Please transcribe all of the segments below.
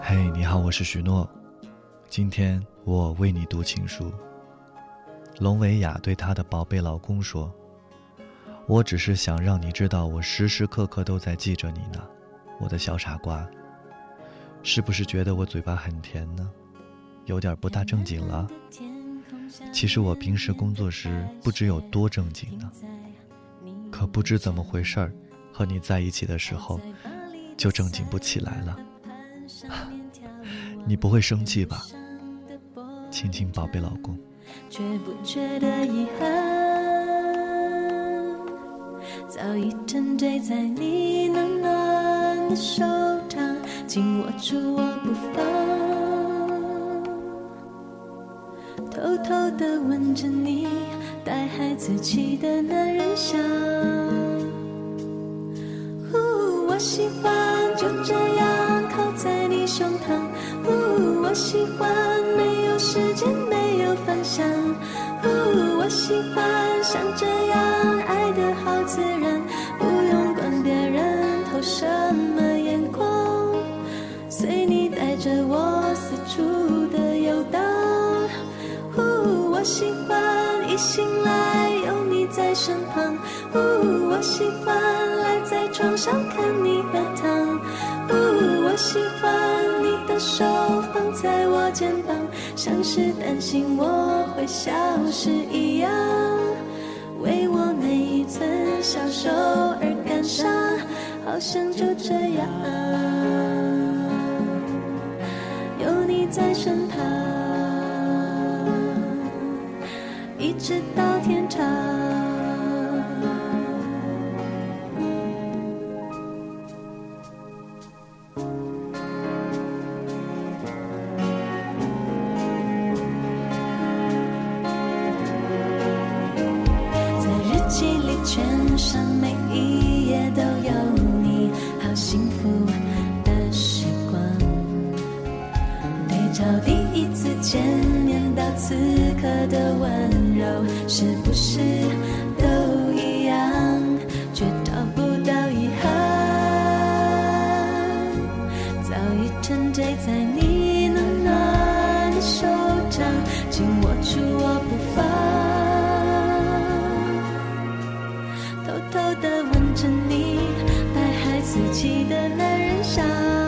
嘿，你好，我是许诺。今天我为你读情书。龙维雅对她的宝贝老公说，我只是想让你知道，我时时刻刻都在记着你呢，我的小傻瓜。是不是觉得我嘴巴很甜呢？有点不大正经了？其实我平时工作时不知有多正经呢，可不知怎么回事儿，和你在一起的时候就正经不起来了。你不会生气吧？亲亲宝贝老公。 却不觉得遗憾，早已沉醉在你暖暖的手掌，紧握住我不放，偷偷地吻着你带孩子气的男人香。我喜欢就这样靠在你胸膛，我喜欢没有时间没有方向，我喜欢像这样爱得好自然，不用管别人投什么眼光，随你带着我四处的游荡。我喜欢一醒来有你在身旁，我喜欢赖在床上看你喝汤，我喜欢你的手放在我肩膀，像是担心我会消失一样，为我每一寸小手而感伤，好像就这样有你在身旁，一直到天长。记忆里全上每一页都有你，好幸福的时光。对照第一次见面到此刻的温柔，是不是都一样？却找不到遗憾，早已沉醉在你暖暖的手掌，紧握住我不放。偷偷地吻着你带孩子气的男人香，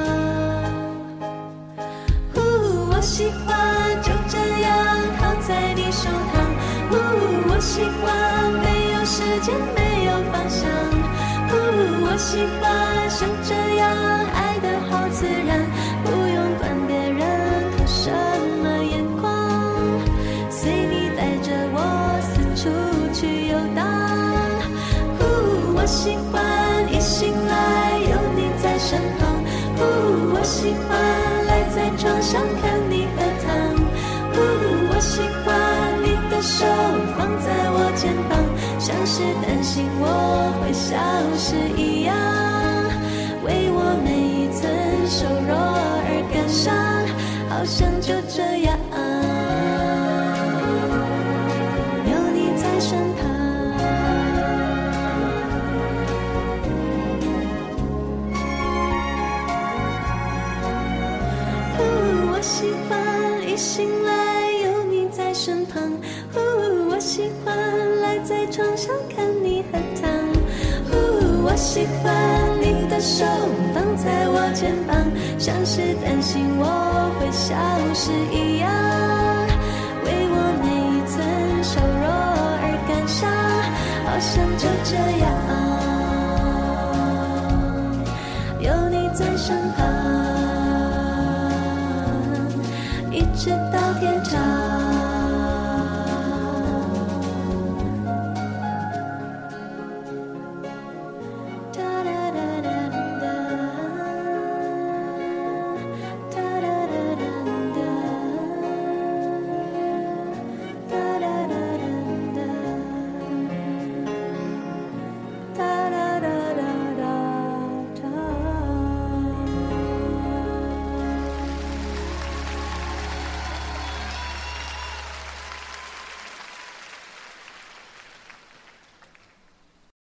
我喜欢就这样靠在你手旁，我喜欢没有时间没有方向，我喜欢像这样爱得好自然，不用管别人投什么眼光，随你带着我四处去游荡。我喜欢一醒来有你在身旁，我喜欢赖在床上看你喝汤，我喜欢你的手放在我肩膀，像是担心我会消失一样，为我每一寸瘦弱而感伤，好像就这样有你在身旁。我喜欢一醒来有你在身旁，我喜欢赖在床上看你喝汤，我喜欢你的手放在我肩膀，像是担心我会消失一样，为我每一寸瘦弱而感伤，好像就这样有你在身旁。